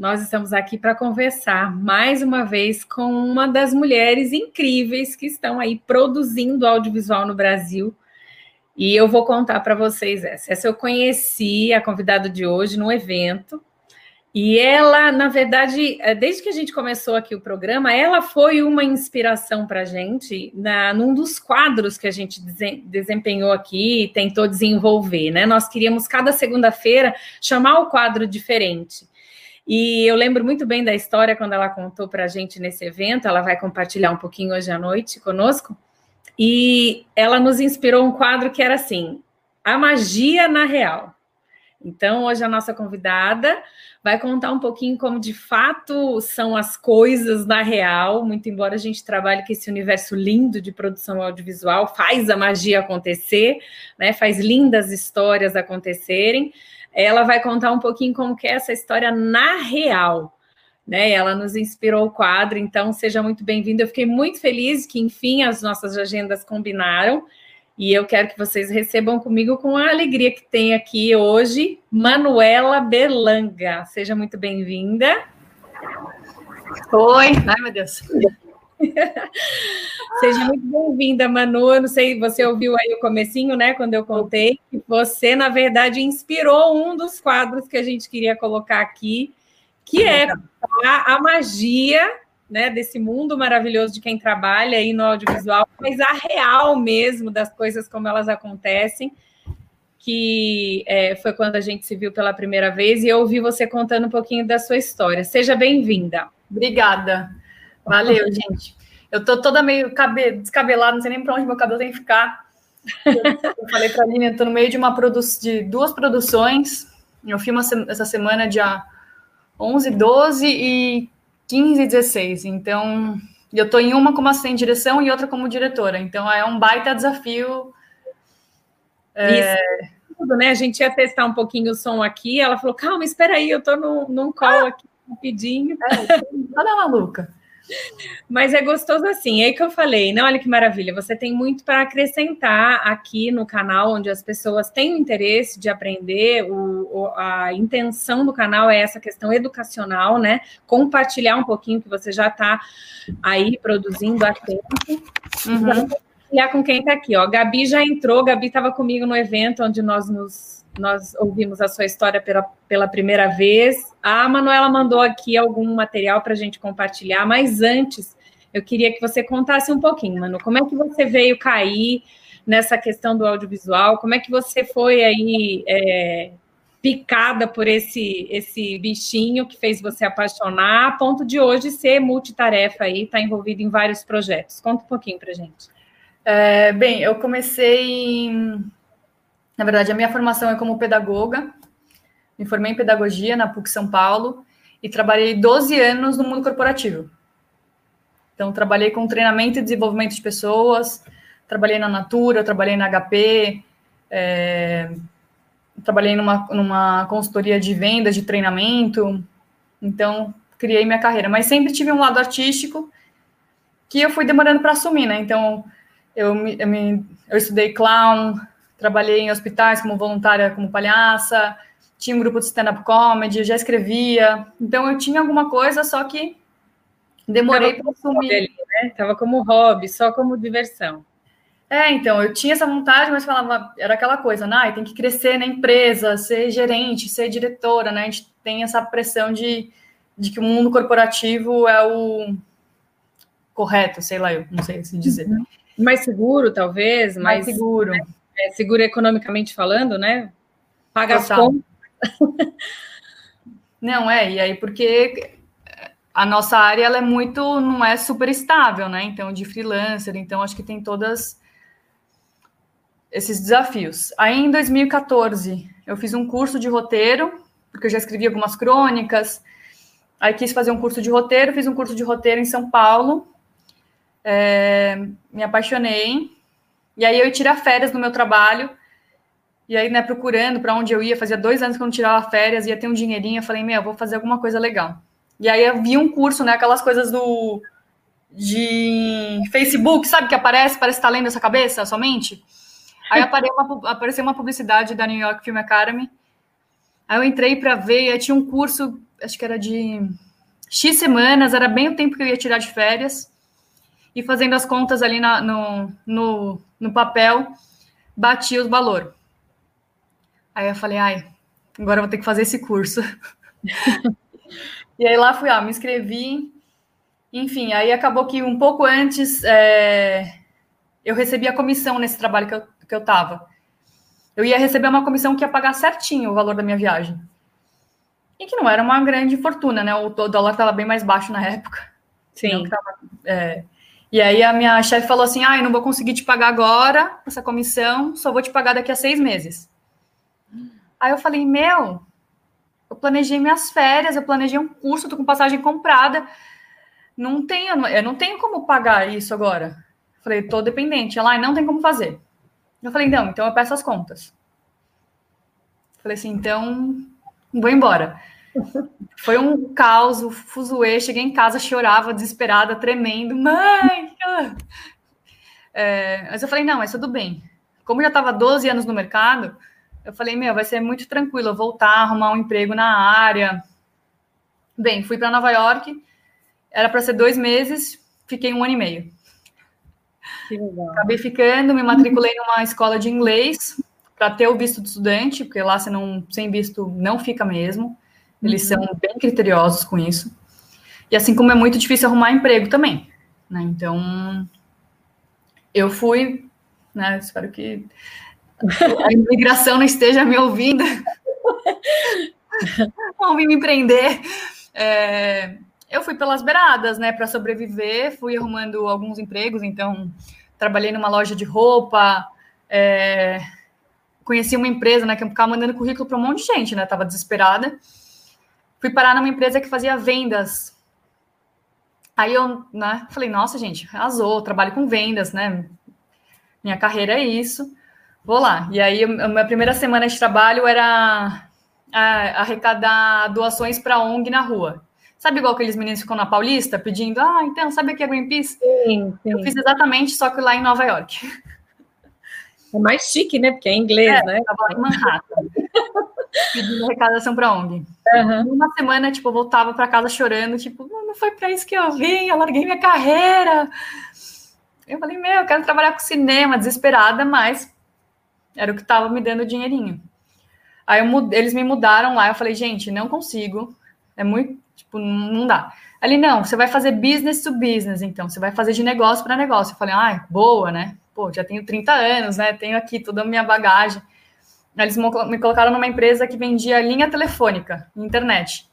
nós estamos aqui para conversar mais uma vez com uma das mulheres incríveis que estão aí produzindo audiovisual no Brasil. E eu vou contar para vocês essa. Essa eu conheci a convidada de hoje num evento. E ela, na verdade, desde que a gente começou aqui o programa, ela foi uma inspiração para a gente num dos quadros que a gente desempenhou aqui e tentou desenvolver, né? Nós queríamos, cada segunda-feira, chamar o quadro diferente. E eu lembro muito bem da história quando ela contou para a gente nesse evento, ela vai compartilhar um pouquinho hoje à noite conosco, e ela nos inspirou um quadro que era assim, a magia na real. Então, hoje a nossa convidada vai contar um pouquinho como, de fato, são as coisas na real, muito embora a gente trabalhe com esse universo lindo de produção audiovisual, faz a magia acontecer, né? Faz lindas histórias acontecerem. Ela vai contar um pouquinho como que é essa história na real, né? Ela nos inspirou o quadro, então seja muito bem-vinda. Eu fiquei muito feliz que, enfim, as nossas agendas combinaram. E eu quero que vocês recebam comigo com a alegria que tem aqui hoje, Manuela Berlanga. Seja muito bem-vinda. Oi. Ai, meu Deus. Seja muito bem-vinda, Manu. Eu não sei, você ouviu aí o comecinho, né? Quando eu contei que você, na verdade, inspirou um dos quadros que a gente queria colocar aqui, que é a magia, né, desse mundo maravilhoso de quem trabalha aí no audiovisual, mas a real mesmo das coisas como elas acontecem, que foi quando a gente se viu pela primeira vez, e eu ouvi você contando um pouquinho da sua história. Seja bem-vinda. Obrigada. Valeu, gente. Eu tô toda meio descabelada, não sei nem para onde meu cabelo tem que ficar. Eu falei para a Aline, eu tô no meio de duas produções. Eu filmo essa semana dia 11, 12 e 15 e 16, então eu estou em uma como assistente de direção e outra como diretora, então é um baita desafio. Isso, tudo, né? A gente ia testar um pouquinho o som aqui, ela falou, calma, espera aí, eu estou num call aqui, rapidinho. Olha maluca. Mas é gostoso assim, é aí que eu falei, né? Olha que maravilha, você tem muito para acrescentar aqui no canal, onde as pessoas têm o interesse de aprender, a intenção do canal é essa questão educacional, né? Compartilhar um pouquinho que você já está aí produzindo há tempo. Então, compartilhar com quem está aqui, ó. Gabi já entrou, Gabi estava comigo no evento onde nós ouvimos a sua história pela primeira vez. A Manuela mandou aqui algum material para a gente compartilhar, mas antes eu queria que você contasse um pouquinho, Manu, como é que você veio cair nessa questão do audiovisual, como é que você foi aí picada por esse bichinho que fez você apaixonar, a ponto de hoje ser multitarefa aí, estar envolvido em vários projetos. Conta um pouquinho para a gente. Bem, eu comecei... Na verdade, a minha formação é como pedagoga. Me formei em pedagogia na PUC São Paulo e trabalhei 12 anos no mundo corporativo. Então, trabalhei com treinamento e desenvolvimento de pessoas, trabalhei na Natura, trabalhei na HP, trabalhei numa consultoria de vendas, de treinamento. Então, criei minha carreira. Mas sempre tive um lado artístico que eu fui demorando para assumir, né? Então, eu estudei clown, trabalhei em hospitais como voluntária, como palhaça, tinha um grupo de stand-up comedy, já escrevia. Então, eu tinha alguma coisa, só que demorei para assumir. Ali, né? Tava como hobby, só como diversão. Então, eu tinha essa vontade, mas falava, era aquela coisa, né? Tem que crescer na empresa, ser gerente, ser diretora, né? A gente tem essa pressão de que o mundo corporativo é o correto, sei lá, eu não sei se dizer. Mais seguro, talvez. Mais seguro. Né? Seguro economicamente falando, né? Paga as contas. Não, e aí porque a nossa área ela não é super estável, né? Então, de freelancer, então acho que tem todas esses desafios. Aí, em 2014, eu fiz um curso de roteiro, porque eu já escrevi algumas crônicas, aí quis fazer um curso de roteiro, fiz um curso de roteiro em São Paulo, me apaixonei, e aí eu ia tirar férias no meu trabalho, e aí, né, procurando para onde eu ia, fazia 2 anos que eu não tirava férias, ia ter um dinheirinho, eu falei, vou fazer alguma coisa legal. E aí eu vi um curso, né, aquelas coisas de Facebook, sabe, que parece que está lendo essa cabeça, somente. Aí apareceu uma publicidade da New York Film Academy, aí eu entrei para ver, e aí tinha um curso acho que era de X semanas, era bem o tempo que eu ia tirar de férias, e fazendo as contas ali no papel, bati o valor. Aí eu falei, agora eu vou ter que fazer esse curso. E aí lá fui, me inscrevi, enfim, aí acabou que um pouco antes eu recebi a comissão nesse trabalho que eu tava. Eu ia receber uma comissão que ia pagar certinho o valor da minha viagem. E que não era uma grande fortuna, né? O dólar estava bem mais baixo na época. Sim. E aí a minha chefe falou assim, eu não vou conseguir te pagar agora essa comissão, só vou te pagar daqui a 6 meses. Aí eu falei, eu planejei minhas férias, eu planejei um curso, tô com passagem comprada, eu não tenho como pagar isso agora. Eu falei, tô dependente. Ela, não tem como fazer. Eu falei, não, então eu peço as contas. Eu falei assim, então, vou embora. Foi um caos, fuzuê, cheguei em casa, chorava, desesperada, tremendo, mãe! Mas eu falei, não, mas tudo bem. Como eu já estava 12 anos no mercado, eu falei, vai ser muito tranquilo eu voltar, arrumar um emprego na área. Bem, fui para Nova York, era para ser 2 meses, fiquei 1 ano e meio. Que legal. Acabei ficando, me matriculei numa escola de inglês para ter o visto de estudante, porque lá sem visto não fica mesmo. Eles são bem criteriosos com isso. E assim como é muito difícil arrumar emprego também, né? Então, eu fui, né? Espero que a imigração não esteja me ouvindo. Vão me prender. Eu fui pelas beiradas, né? Para sobreviver, fui arrumando alguns empregos. Então, trabalhei numa loja de roupa, conheci uma empresa, né? Que eu ficava mandando currículo para um monte de gente, né? Tava desesperada. Fui parar numa empresa que fazia vendas. Aí eu, né, falei, nossa, gente, arrasou, trabalho com vendas, né? Minha carreira é isso. Vou lá. E aí, a minha primeira semana de trabalho era arrecadar doações para ONG na rua. Sabe igual aqueles meninos que ficam na Paulista pedindo, então, sabe o que é Greenpeace? Sim. Eu fiz exatamente, só que lá em Nova York. É mais chique, né? Porque é inglês, né? Eu tava lá em Manhattan. Pedindo arrecadação para ONG. Uma semana, eu voltava para casa chorando, não foi para isso que eu vim, eu larguei minha carreira. Eu falei, eu quero trabalhar com cinema, desesperada, mas era o que estava me dando dinheirinho. Aí eles me mudaram lá, eu falei, gente, não consigo, é muito, não dá. Ali, não, você vai fazer business to business, então, você vai fazer de negócio para negócio. Eu falei, boa, né? Pô, já tenho 30 anos, né? Tenho aqui toda a minha bagagem. Eles me colocaram numa empresa que vendia linha telefônica, internet.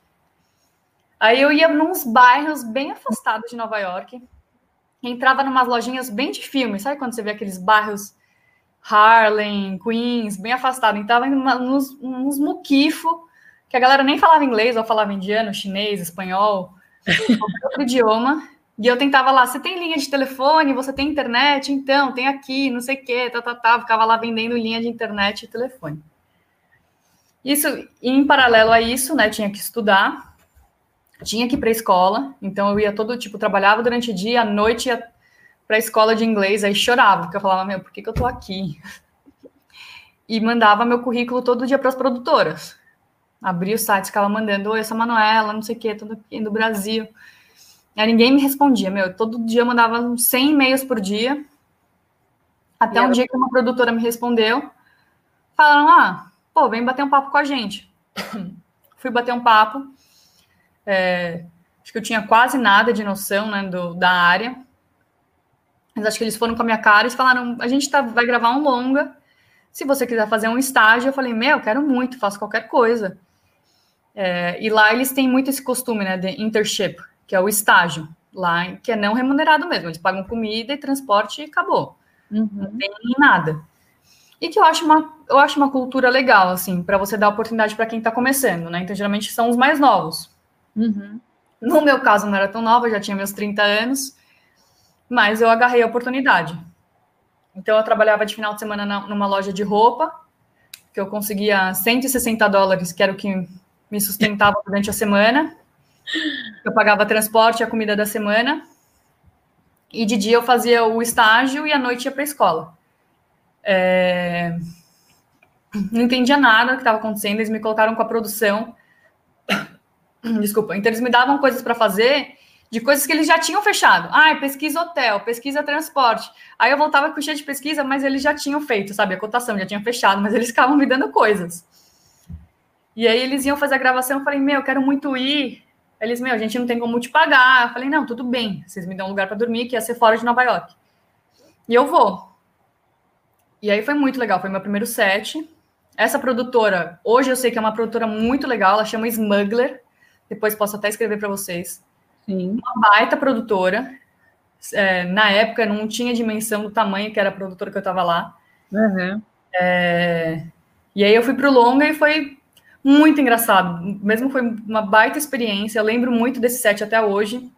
Aí eu ia nos bairros bem afastados de Nova York, entrava numas lojinhas bem de filme, sabe quando você vê aqueles bairros Harlem, Queens, bem afastado, entrava nos muquifo, que a galera nem falava inglês, ou falava indiano, chinês, espanhol, outro idioma. E eu tentava lá, você tem linha de telefone, você tem internet? Então, tem aqui, não sei o quê, ficava lá vendendo linha de internet e telefone. Isso, em paralelo a isso, né, tinha que estudar, tinha que ir para a escola, então eu ia trabalhava durante o dia, à noite ia para a escola de inglês, aí chorava, porque eu falava, por que eu tô aqui? E mandava meu currículo todo dia para as produtoras. Abria o site, ficava mandando, oi, eu sou a Manuela, não sei o quê, tô aqui do Brasil. Aí ninguém me respondia, todo dia eu mandava uns 100 e-mails por dia, até um dia que uma produtora me respondeu, falaram, vem bater um papo com a gente. Fui bater um papo, acho que eu tinha quase nada de noção, né, da área, mas acho que eles foram com a minha cara e falaram, a gente vai gravar um longa, se você quiser fazer um estágio. Eu falei, eu quero muito, faço qualquer coisa. E lá eles têm muito esse costume, né, de internship, que é o estágio, lá, que é não remunerado mesmo. Eles pagam comida e transporte e acabou. Não tem nada. E que eu acho uma cultura legal, assim, para você dar oportunidade para quem está começando, né? Então, geralmente, são os mais novos. No meu caso, não era tão nova, já tinha meus 30 anos, mas eu agarrei a oportunidade. Então, eu trabalhava de final de semana numa loja de roupa, que eu conseguia $160, que era o que me sustentava durante a semana. Eu pagava transporte e a comida da semana. E de dia eu fazia o estágio e à noite ia para a escola. Não entendia nada do que estava acontecendo. Eles me colocaram com a produção. Desculpa. Então, eles me davam coisas para fazer de coisas que eles já tinham fechado. Ah, pesquisa hotel, pesquisa transporte. Aí eu voltava com cheio de pesquisa, mas eles já tinham feito, sabe? A cotação já tinha fechado, mas eles ficavam me dando coisas. E aí eles iam fazer a gravação, eu falei, eu quero muito ir. Eles, a gente não tem como te pagar. Eu falei, não, tudo bem, vocês me dão um lugar para dormir, que ia ser fora de Nova York. E eu vou. E aí foi muito legal, foi meu primeiro set. Essa produtora, hoje eu sei que é uma produtora muito legal, ela chama Smuggler. Depois posso até escrever para vocês. Sim. Uma baita produtora. Na época não tinha dimensão do tamanho que era a produtora que eu estava lá. Uhum. E aí eu fui pro longa e foi muito engraçado. Mesmo foi uma baita experiência. Eu lembro muito desse set até hoje.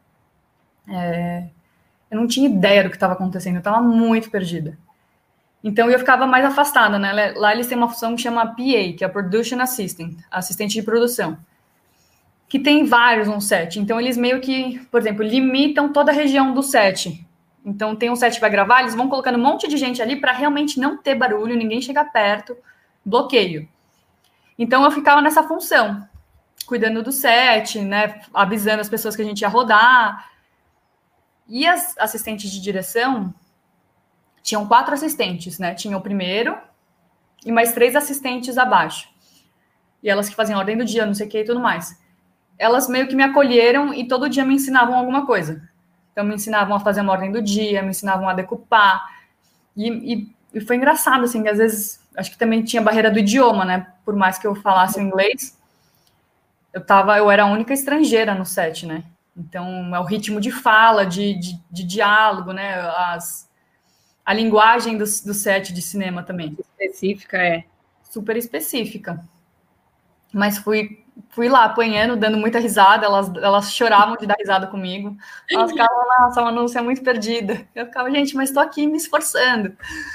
Eu não tinha ideia do que estava acontecendo. Eu estava muito perdida. Então eu ficava mais afastada, né? Lá eles têm uma função que chama PA, que é Production Assistant, assistente de produção, que tem vários no set. Então eles meio que, por exemplo, limitam toda a região do set. Então tem um set que vai gravar, eles vão colocando um monte de gente ali para realmente não ter barulho, ninguém chegar perto, bloqueio. Então eu ficava nessa função, cuidando do set, né? Avisando as pessoas que a gente ia rodar. E as assistentes de direção tinham 4 assistentes, né? Tinha o primeiro e mais 3 assistentes abaixo. E elas que faziam ordem do dia, não sei o que e tudo mais. Elas meio que me acolheram e todo dia me ensinavam alguma coisa. Então, me ensinavam a fazer uma ordem do dia, me ensinavam a decupar. E foi engraçado, assim, que às vezes, acho que também tinha barreira do idioma, né? Por mais que eu falasse o inglês, eu era a única estrangeira no set, né? Então, é o ritmo de fala, de diálogo, né? A linguagem do set de cinema também. Específica, super específica. Mas fui lá apanhando, dando muita risada, elas choravam de dar risada comigo. Elas ficavam, nossa, Manu, você é muito perdida. Eu ficava, gente, mas estou aqui me esforçando.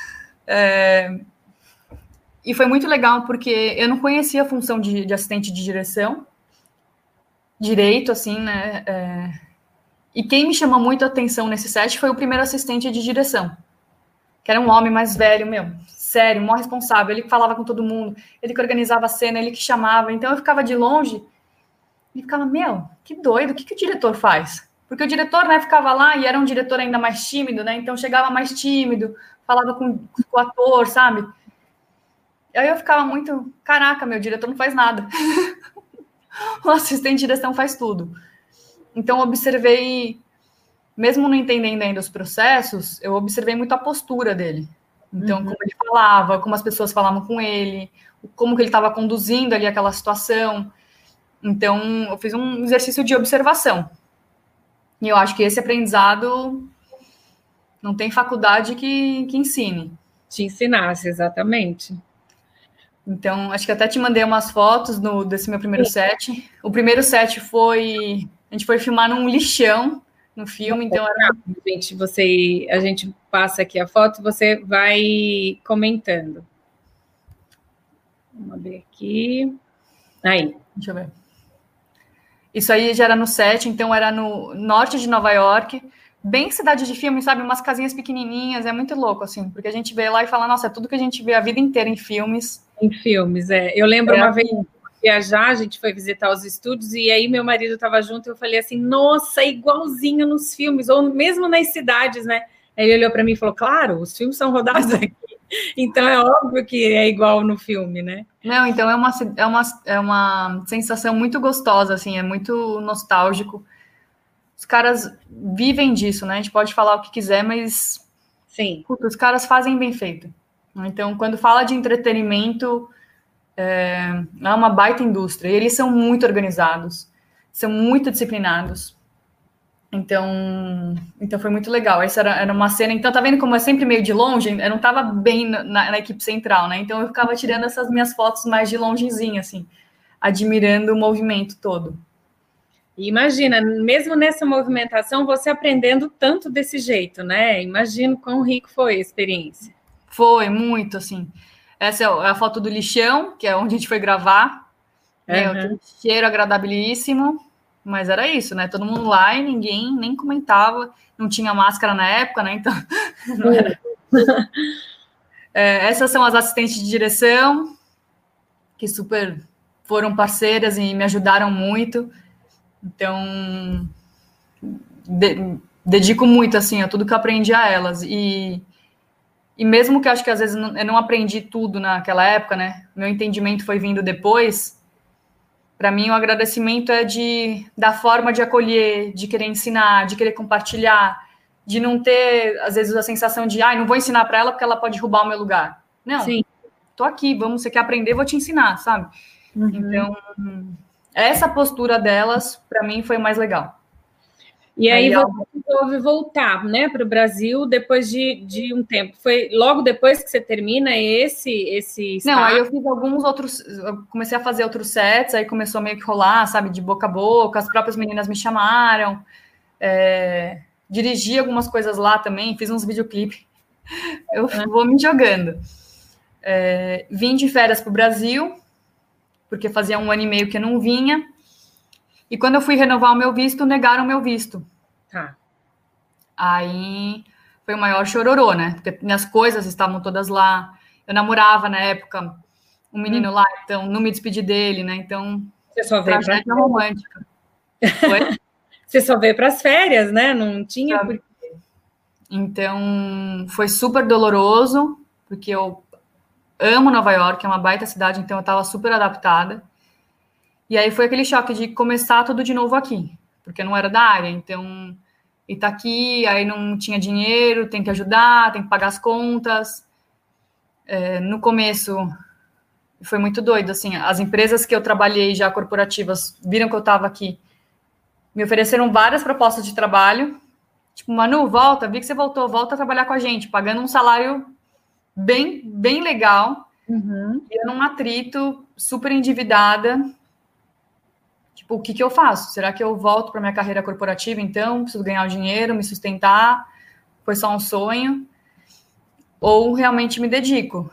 E foi muito legal, porque eu não conhecia a função de assistente de direção direito, assim, né? E quem me chamou muito a atenção nesse set foi o primeiro assistente de direção, que era um homem mais velho, sério, mó responsável, ele que falava com todo mundo, ele que organizava a cena, ele que chamava, então eu ficava de longe e ficava, que doido, o que o diretor faz? Porque o diretor, né, ficava lá e era um diretor ainda mais tímido, né, então chegava mais tímido, falava com o ator, sabe? Aí eu ficava muito, caraca, meu diretor não faz nada. O assistente de direção faz tudo. Então eu observei, mesmo não entendendo ainda os processos, eu observei muito a postura dele. Então, como ele falava, como as pessoas falavam com ele, como que ele estava conduzindo ali aquela situação. Então, eu fiz um exercício de observação. E eu acho que esse aprendizado não tem faculdade que ensine. Te ensinasse, exatamente. Então, acho que até te mandei umas fotos desse meu primeiro set. O primeiro set foi... A gente foi filmar num lixão no filme, então era... A gente passa aqui a foto e você vai comentando. Vamos ver aqui. Aí. Deixa eu ver. Isso aí já era no set, então era no norte de Nova York, bem cidade de filme, sabe? Umas casinhas pequenininhas, é muito louco, assim, porque a gente vê lá e fala, nossa, é tudo que a gente vê a vida inteira em filmes. Em filmes, Eu lembro uma vez viajar, a gente foi visitar os estúdios e aí meu marido estava junto e eu falei assim, nossa, é igualzinho nos filmes, ou mesmo nas cidades, né? Aí ele olhou para mim e falou, claro, os filmes são rodados aqui, então é óbvio que é igual no filme, né? Não, então é uma sensação muito gostosa, assim, é muito nostálgico. Os caras vivem disso, né? A gente pode falar o que quiser, mas sim, os caras fazem bem feito. Então, quando fala de entretenimento, é uma baita indústria. E eles são muito organizados, são muito disciplinados. Então foi muito legal. Essa era uma cena. Então, tá vendo como é sempre meio de longe? Eu não tava bem na equipe central, né? Então, eu ficava tirando essas minhas fotos mais de longezinha, assim, admirando o movimento todo. E imagina, mesmo nessa movimentação, você aprendendo tanto desse jeito, né? Imagino quão rico foi a experiência. Foi, muito, assim. Essa é a foto do lixão, que é onde a gente foi gravar. Aquele cheiro agradabilíssimo. Mas era isso, né? Todo mundo lá e ninguém nem comentava. Não tinha máscara na época, né? Então, não era. Essas são as assistentes de direção, que super foram parceiras e me ajudaram muito. Então, dedico muito, assim, a tudo que eu aprendi a elas. E mesmo que eu acho que às vezes eu não aprendi tudo naquela época, né? Meu entendimento foi vindo depois. Para mim, o agradecimento é da forma de acolher, de querer ensinar, de querer compartilhar, de não ter, às vezes, a sensação de, não vou ensinar para ela porque ela pode roubar o meu lugar. Não, Sim. Tô aqui, você quer aprender, vou te ensinar, sabe? Uhum. Então, essa postura delas, para mim, foi o mais legal. E aí você resolve voltar, né, para o Brasil depois de um tempo. Foi logo depois que você termina esse estágio? Não, aí eu fiz alguns outros, eu comecei a fazer outros sets, aí começou a meio que rolar, sabe, de boca a boca, as próprias meninas me chamaram, dirigi algumas coisas lá também, fiz uns videoclipes, eu vou me jogando. Vim de férias para o Brasil, porque fazia 1 ano e meio que eu não vinha, e quando eu fui renovar o meu visto, negaram o meu visto. Tá. Aí foi o maior chororô, né? Porque minhas coisas estavam todas lá. Eu namorava na época um menino lá, então não me despedi dele, né? Então, você só veio tragédia romântica. Foi? Você só veio para as férias, né? Não tinha por... Então, foi super doloroso, porque eu amo Nova York, é uma baita cidade, então eu estava super adaptada. E aí foi aquele choque de começar tudo de novo aqui, porque eu não era da área, então... E tá aqui, aí não tinha dinheiro, tem que ajudar, tem que pagar as contas. No começo, foi muito doido, assim, as empresas que eu trabalhei já corporativas viram que eu estava aqui, me ofereceram várias propostas de trabalho, tipo, Manu, volta, vi que você voltou, volta a trabalhar com a gente, pagando um salário bem, bem legal, e eu num atrito, super endividada. Tipo, o que eu faço? Será que eu volto para minha carreira corporativa, então? Preciso ganhar o dinheiro, me sustentar? Foi só um sonho? Ou realmente me dedico?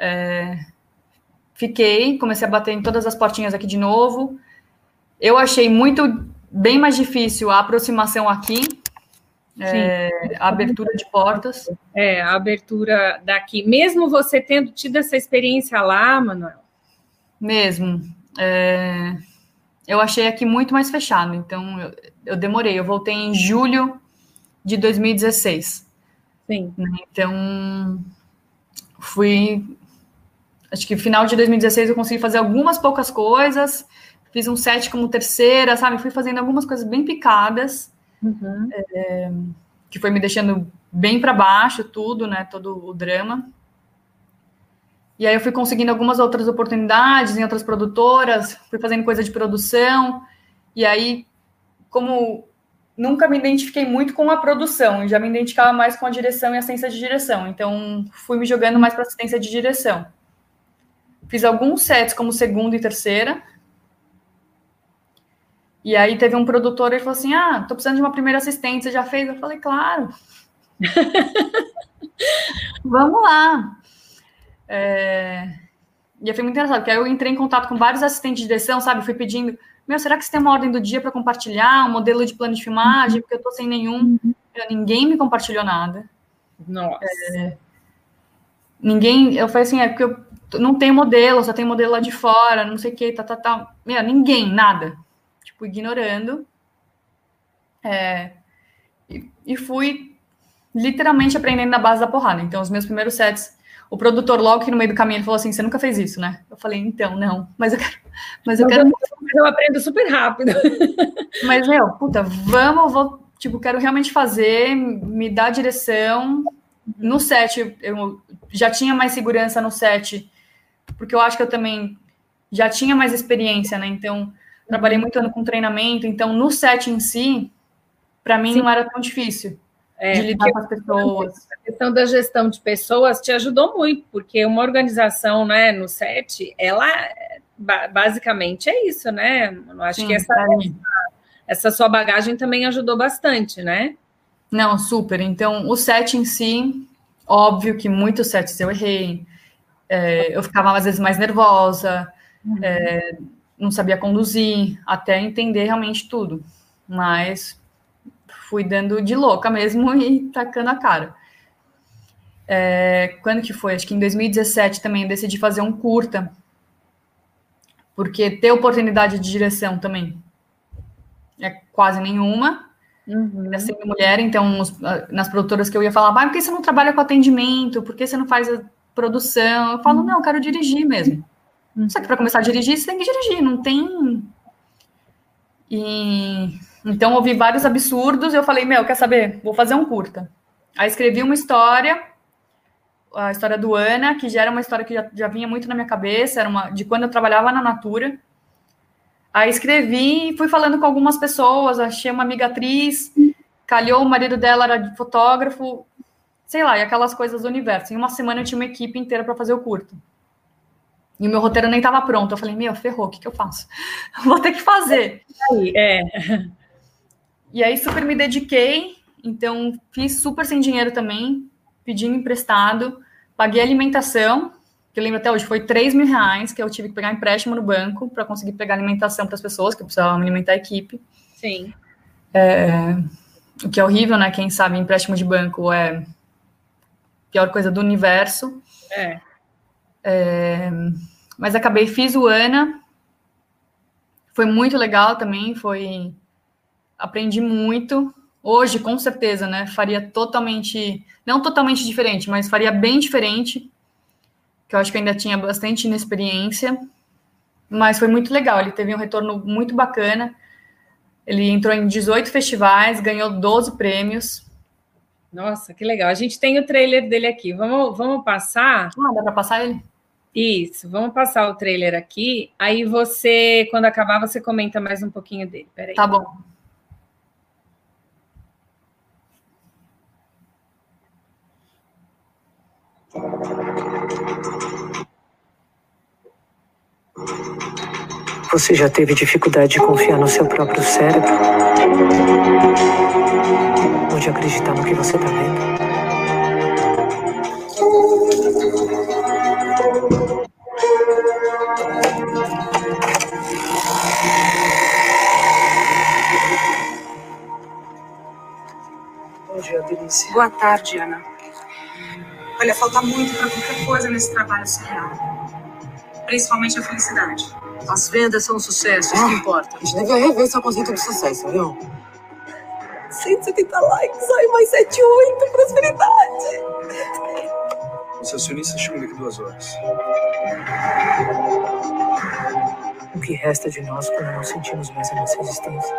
Fiquei, comecei a bater em todas as portinhas aqui de novo. Eu achei bem mais difícil a aproximação aqui, a abertura de portas. A abertura daqui. Mesmo você tendo tido essa experiência lá, Manuel? Mesmo. Eu achei aqui muito mais fechado, então eu demorei. Eu voltei em julho de 2016. Sim. Então, acho que no final de 2016 eu consegui fazer algumas poucas coisas, fiz um set como terceira, sabe? Fui fazendo algumas coisas bem picadas, que foi me deixando bem para baixo tudo, né? Todo o drama. E aí eu fui conseguindo algumas outras oportunidades em outras produtoras, fui fazendo coisa de produção, e aí, como nunca me identifiquei muito com a produção, já me identificava mais com a direção e assistência de direção, então fui me jogando mais para assistência de direção. Fiz alguns sets como segunda e terceira, e aí teve um produtor, ele falou assim, tô precisando de uma primeira assistente, você já fez? Eu falei, claro. Vamos lá. E foi muito engraçado, porque aí eu entrei em contato com vários assistentes de direção, sabe? Fui pedindo, será que você tem uma ordem do dia para compartilhar, um modelo de plano de filmagem, porque eu tô sem nenhum. Ninguém me compartilhou nada. Nossa. Ninguém, eu falei assim, porque eu não tenho modelo, só tem modelo lá de fora, não sei o que, tá. Ninguém, nada. Tipo, ignorando. E fui literalmente aprendendo na base da porrada. Então, os meus primeiros sets, o produtor logo que no meio do caminho ele falou assim, você nunca fez isso, né? Eu falei, então, não, mas eu quero... Eu aprendo super rápido. Mas, quero realmente fazer, me dar direção. No set, eu já tinha mais segurança no set, porque eu acho que eu também já tinha mais experiência, né? Então, trabalhei muito ano com treinamento, então no set em si, para mim não era tão difícil de lidar com as pessoas. A questão da gestão de pessoas te ajudou muito, porque uma organização, né, no set, ela basicamente é isso, né? Eu acho que essa sua bagagem também ajudou bastante, né? Não, super. Então, o set em si, óbvio que muitos sets eu errei. Eu ficava, às vezes, mais nervosa, não sabia conduzir, até entender realmente tudo. Mas fui dando de louca mesmo e tacando a cara. Quando que foi? Acho que em 2017 também eu decidi fazer um curta, porque ter oportunidade de direção também quase nenhuma, sendo mulher, então nas produtoras que eu ia falar, por que você não trabalha com atendimento? Por que você não faz a produção? Eu falo, não, eu quero dirigir mesmo. Só que para começar a dirigir, você tem que dirigir, não tem... Então, ouvi vários absurdos, eu falei, quer saber? Vou fazer um curta. Aí escrevi uma história, a história do Ana, que já era uma história que já vinha muito na minha cabeça, era de quando eu trabalhava na Natura. Aí escrevi e fui falando com algumas pessoas, achei uma amiga atriz, calhou, o marido dela era fotógrafo, sei lá, e aquelas coisas do universo. Em uma semana eu tinha uma equipe inteira para fazer o curto. E o meu roteiro nem estava pronto. Eu falei, ferrou, o que eu faço? Vou ter que fazer. E aí super me dediquei, então fiz super sem dinheiro também, pedindo emprestado, paguei alimentação, que eu lembro até hoje, foi R$3.000 que eu tive que pegar empréstimo no banco para conseguir pegar alimentação para as pessoas, que eu precisava alimentar a equipe. Sim. O que é horrível, né? Quem sabe empréstimo de banco é a pior coisa do universo. Mas fiz o Ana, foi muito legal também, aprendi muito. Hoje, com certeza, né, faria não totalmente diferente, mas faria bem diferente, que eu acho que eu ainda tinha bastante inexperiência, mas foi muito legal, ele teve um retorno muito bacana, ele entrou em 18 festivais, ganhou 12 prêmios. Nossa, que legal. A gente tem o trailer dele aqui, vamos passar? Dá para passar ele? Isso, vamos passar o trailer aqui, aí você, quando acabar, você comenta mais um pouquinho dele. Peraí. Tá bom. Você já teve dificuldade de confiar no seu próprio cérebro? Ou de acreditar no que você tá vendo? Bom dia, Delícia. Boa tarde, Ana. Olha, falta muito para qualquer coisa nesse trabalho surreal. Principalmente a felicidade. As vendas são um sucesso, isso que importa. A gente deve rever seu conceito de sucesso, viu? 170 likes, ai, mais 78, prosperidade. Os acionistas chegam daqui 2 horas. O que resta de nós quando não sentimos mais a nossa existência?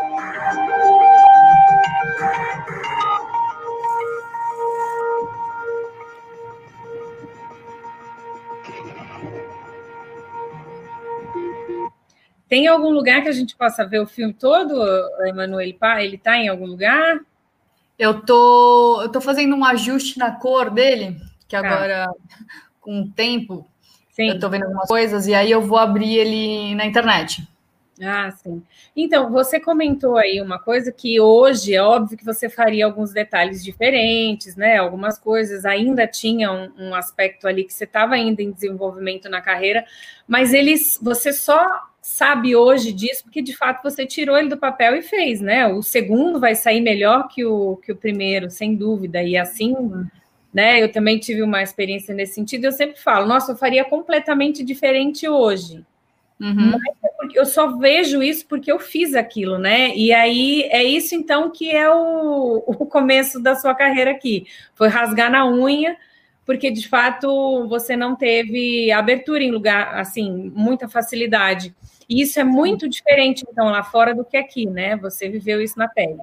Tem algum lugar que a gente possa ver o filme todo, Emanuele? Ele está em algum lugar? Eu tô fazendo um ajuste na cor dele, que agora, com o tempo, sim, eu tô vendo algumas coisas, e aí eu vou abrir ele na internet. Ah, sim. Então, você comentou aí uma coisa que hoje é óbvio que você faria alguns detalhes diferentes, né? Algumas coisas ainda tinham um aspecto ali que você estava ainda em desenvolvimento na carreira, mas você só sabe hoje disso porque, de fato, você tirou ele do papel e fez, né? O segundo vai sair melhor que o primeiro, sem dúvida, e assim, né? Eu também tive uma experiência nesse sentido, eu sempre falo, nossa, eu faria completamente diferente hoje. Mas eu só vejo isso porque eu fiz aquilo, né? E aí é isso, então, que é o começo da sua carreira aqui. Foi rasgar na unha, porque, de fato, você não teve abertura em lugar, assim, muita facilidade. E isso é muito diferente, então, lá fora do que aqui, né? Você viveu isso na pele.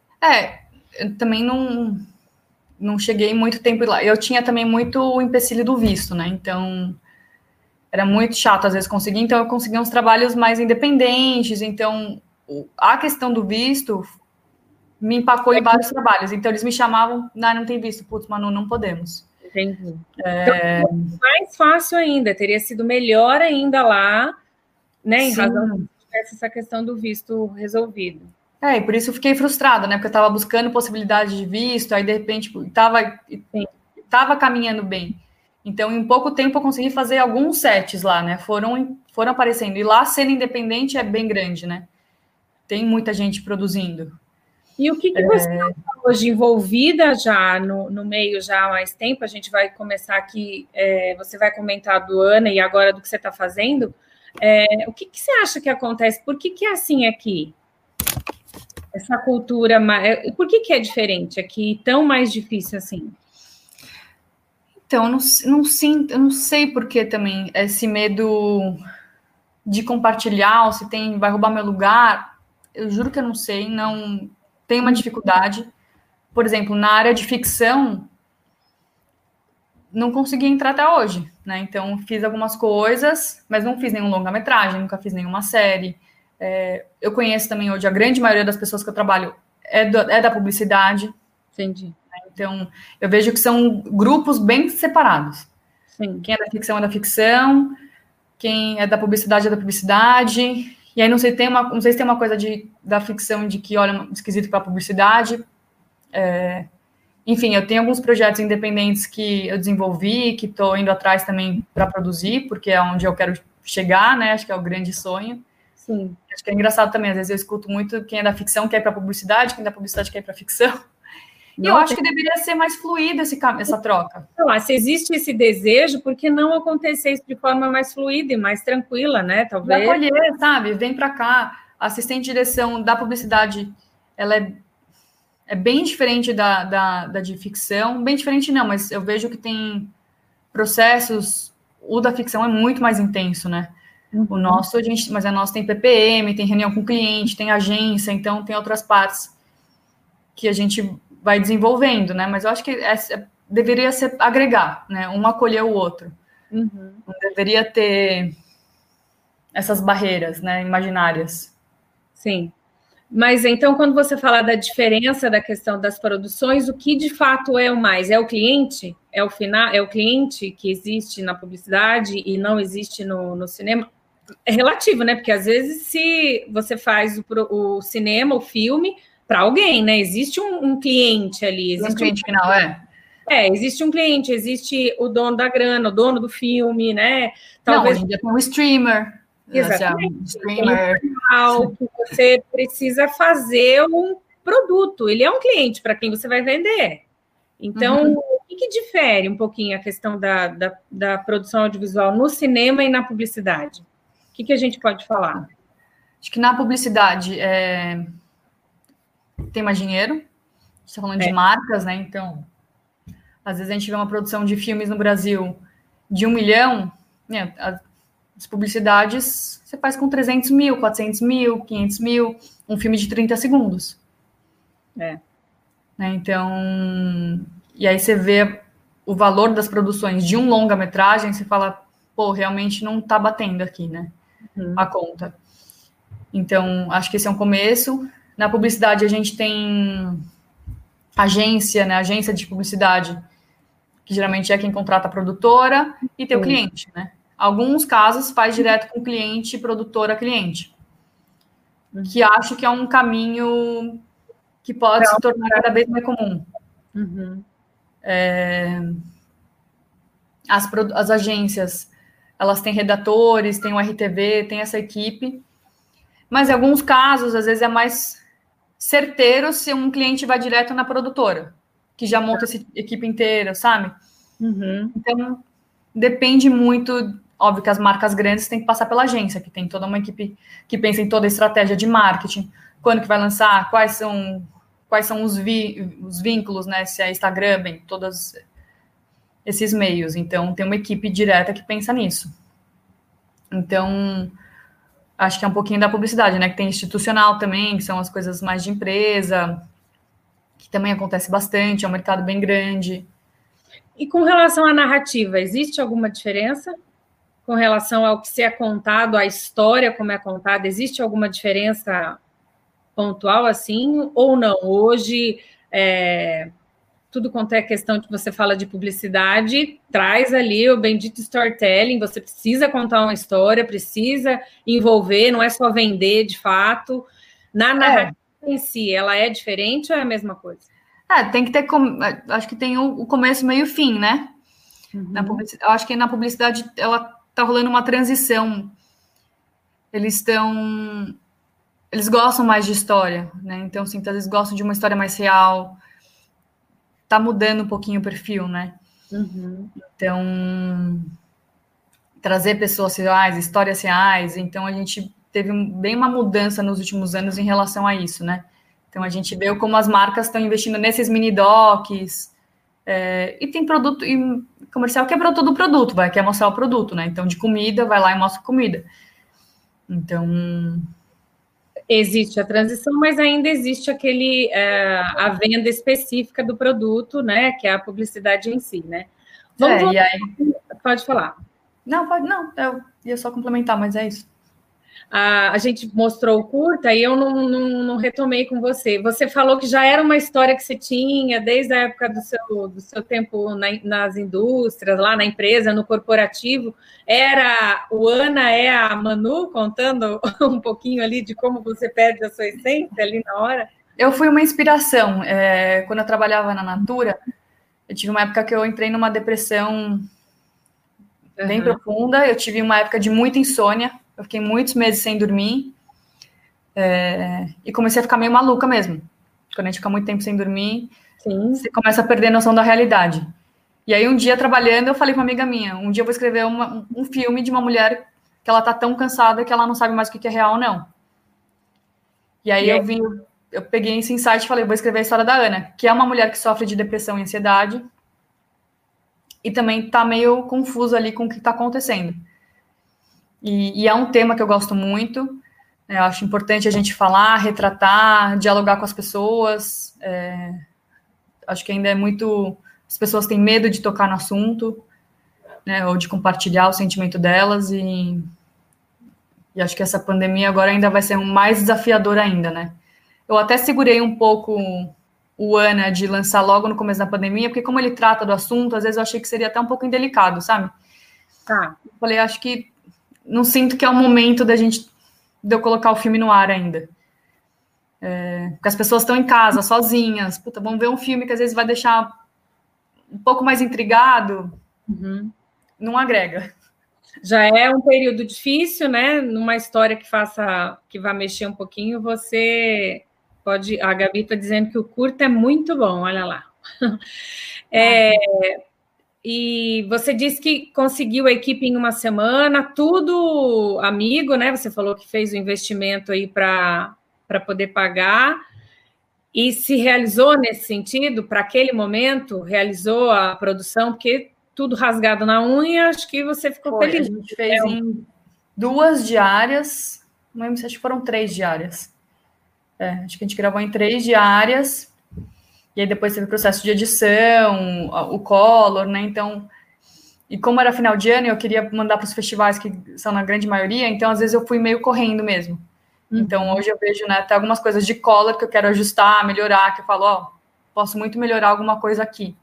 Eu também não cheguei muito tempo lá. Eu tinha também muito o empecilho do visto, né? Então, era muito chato, às vezes, conseguir. Então, eu consegui uns trabalhos mais independentes. Então, a questão do visto me empacou em vários trabalhos. Então, eles me chamavam, não tem visto. Putz, Manu, não podemos. Entendi. Então, mais fácil ainda, teria sido melhor ainda lá, né? Em razão de tivesse essa questão do visto resolvido. E por isso eu fiquei frustrada, né? Porque eu estava buscando possibilidade de visto, aí de repente estava caminhando bem. Então, em pouco tempo, eu consegui fazer alguns sets lá, né? Foram aparecendo. E lá, sendo independente, é bem grande, né? Tem muita gente produzindo. E o que você está hoje envolvida já no meio já há mais tempo? A gente vai começar aqui, você vai comentar do Ana e agora do que você está fazendo. O que você acha que acontece? Por que é assim aqui? Essa cultura, por que é diferente aqui, tão mais difícil assim? Então, eu não sei por que também esse medo de compartilhar, ou se vai roubar meu lugar, eu juro que eu não sei, não tem uma dificuldade. Por exemplo, na área de ficção, não consegui entrar até hoje, né? Então, fiz algumas coisas, mas não fiz nenhum longa-metragem, nunca fiz nenhuma série. Eu conheço também hoje, a grande maioria das pessoas que eu trabalho é da publicidade. Entendi. Então, eu vejo que são grupos bem separados. Sim. Quem é da ficção é da ficção, quem é da publicidade é da publicidade. E aí, não sei se tem uma coisa da ficção de que olha esquisito para a publicidade. Enfim, eu tenho alguns projetos independentes que eu desenvolvi, que estou indo atrás também para produzir, porque é onde eu quero chegar, né? Acho que é o grande sonho. Sim. Acho que é engraçado também, às vezes eu escuto muito quem é da ficção quer ir para a publicidade, quem é da publicidade quer ir para a ficção. E eu acho que deveria ser mais fluida essa troca. Se existe esse desejo, por que não acontecer isso de forma mais fluida e mais tranquila, né? Talvez. E acolher, sabe? Vem para cá. A assistente de direção da publicidade, ela é bem diferente da de ficção. Bem diferente não, mas eu vejo que tem processos... O da ficção é muito mais intenso, né? O nosso, mas a nossa tem PPM, tem reunião com o cliente, tem agência, então tem outras partes que a gente vai desenvolvendo, né? Mas eu acho que deveria ser agregar, né? Um acolher o outro. Não deveria ter essas barreiras, né? Imaginárias. Sim. Mas então, quando você fala da diferença da questão das produções, o que de fato é o mais? É o cliente? É o cliente que existe na publicidade e não existe no cinema? É relativo, né? Porque às vezes se você faz o cinema, o filme, para alguém, né? Existe um cliente ali. Existe um cliente final, existe um cliente, existe o dono da grana, o dono do filme, né? Talvez hoje em dia tem um streamer. Exatamente. Um streamer. Que você precisa fazer um produto. Ele é um cliente para quem você vai vender. Então, o que difere um pouquinho a questão da produção audiovisual no cinema e na publicidade? O que a gente pode falar? Acho que na publicidade tem mais dinheiro. A gente está falando de marcas, né? Então, às vezes a gente vê uma produção de filmes no Brasil de 1 milhão, né? As publicidades você faz com 300 mil, 400 mil, 500 mil, um filme de 30 segundos. Né? Então, e aí você vê o valor das produções de um longa-metragem, você fala, pô, realmente não tá batendo aqui, né? A conta. Então, acho que esse é um começo. Na publicidade, a gente tem agência, né? Agência de publicidade, que geralmente é quem contrata a produtora, e tem o cliente, né? Alguns casos faz direto com o cliente, produtora, cliente. Que acho que é um caminho que pode se tornar cada vez mais comum. As agências, elas têm redatores, têm o RTV, tem essa equipe. Mas em alguns casos, às vezes é mais certeiro se um cliente vai direto na produtora, que já monta essa equipe inteira, sabe? Então, depende muito. Óbvio que as marcas grandes têm que passar pela agência, que tem toda uma equipe que pensa em toda a estratégia de marketing, quando que vai lançar, quais são os vínculos, né? Se é Instagram, bem, todos esses meios. Então, tem uma equipe direta que pensa nisso. Então, acho que é um pouquinho da publicidade, né? Que tem institucional também, que são as coisas mais de empresa, que também acontece bastante, é um mercado bem grande. E com relação à narrativa, existe alguma diferença? Com relação ao que se é contado, a história como é contada, existe alguma diferença pontual assim, ou não? Hoje, tudo quanto é questão que você fala de publicidade, traz ali o bendito storytelling, você precisa contar uma história, precisa envolver, não é só vender de fato. Na narrativa em si, ela é diferente ou é a mesma coisa? Tem que ter, acho que tem o começo, meio e fim, né? Eu acho que na publicidade, ela tá rolando uma transição. Eles gostam mais de história, né? Então, assim, às vezes gostam de uma história mais real. Tá mudando um pouquinho o perfil, né? Então, trazer pessoas reais, histórias reais. Então, a gente teve bem uma mudança nos últimos anos em relação a isso, né? Então, a gente vê como as marcas estão investindo nesses mini docs, e tem produto e comercial que é produto do produto, quer mostrar o produto, né? Então, de comida, vai lá e mostra comida. Então... Existe a transição, mas ainda existe a venda específica do produto, né? Que é a publicidade em si, né? Vamos voltar. E aí... Pode falar. Não, eu ia só complementar, mas é isso. A gente mostrou o curta e eu não retomei com você. Você falou que já era uma história que você tinha desde a época do seu tempo nas indústrias, lá na empresa, no corporativo. O Ana é a Manu, contando um pouquinho ali de como você perde a sua essência ali na hora? Eu fui uma inspiração. Quando eu trabalhava na Natura, eu tive uma época que eu entrei numa depressão bem profunda. Eu tive uma época de muita insônia. Eu fiquei muitos meses sem dormir. E comecei a ficar meio maluca mesmo. Quando a gente fica muito tempo sem dormir, sim, você começa a perder a noção da realidade. E aí, um dia, trabalhando, eu falei com uma amiga minha, um dia eu vou escrever um filme de uma mulher que ela tá tão cansada que ela não sabe mais o que é real ou não. E aí eu peguei esse insight e falei, vou escrever a história da Ana, que é uma mulher que sofre de depressão e ansiedade e também tá meio confusa ali com o que tá acontecendo. E é um tema que eu gosto muito, né? Eu acho importante a gente falar, retratar, dialogar com as pessoas. Acho que ainda é muito... As pessoas têm medo de tocar no assunto, né? Ou de compartilhar o sentimento delas. E acho que essa pandemia agora ainda vai ser mais desafiador ainda, né? Eu até segurei um pouco o Ana de lançar logo no começo da pandemia, porque como ele trata do assunto, às vezes eu achei que seria até um pouco indelicado, sabe? Tá. Eu falei, acho que não sinto que é o momento de eu colocar o filme no ar ainda. Porque as pessoas estão em casa, sozinhas. Puta, vamos ver um filme que às vezes vai deixar um pouco mais intrigado. Não agrega. Já é um período difícil, né? Numa história que vai mexer um pouquinho, você pode... A Gabi está dizendo que o curta é muito bom, olha lá. E você disse que conseguiu a equipe em uma semana, tudo amigo, né? Você falou que fez o investimento aí para poder pagar. E se realizou nesse sentido, para aquele momento, realizou a produção, porque tudo rasgado na unha, acho que você ficou feliz. A gente fez em 2 diárias, não lembro se acho que foram 3 diárias. Acho que a gente gravou em 3 diárias. E aí depois teve o processo de edição, o color, né? Então, e como era final de ano, eu queria mandar para os festivais que são na grande maioria, então às vezes eu fui meio correndo mesmo. Então hoje eu vejo, né, até algumas coisas de color que eu quero ajustar, melhorar, que eu falo, posso muito melhorar alguma coisa aqui.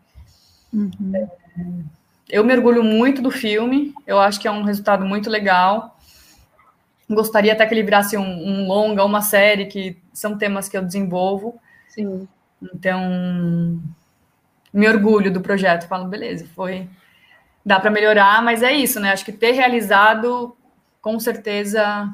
Eu me orgulho muito do filme, eu acho que é um resultado muito legal. Gostaria até que ele virasse um longa, uma série, que são temas que eu desenvolvo. Sim. Então, me orgulho do projeto. Falo, beleza, dá para melhorar, mas é isso, né? Acho que ter realizado, com certeza...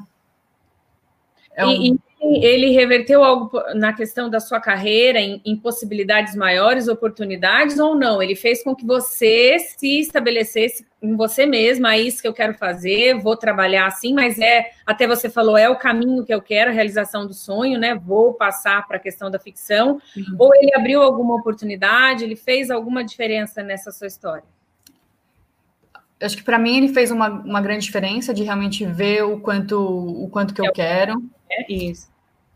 E ele reverteu algo na questão da sua carreira, em possibilidades maiores, oportunidades, ou não? Ele fez com que você se estabelecesse em você mesma, é isso que eu quero fazer, vou trabalhar assim, mas até você falou, é o caminho que eu quero, a realização do sonho, né? Vou passar para a questão da ficção. Ou ele abriu alguma oportunidade, ele fez alguma diferença nessa sua história? Acho que para mim ele fez uma grande diferença de realmente ver o quanto que eu quero. Isso.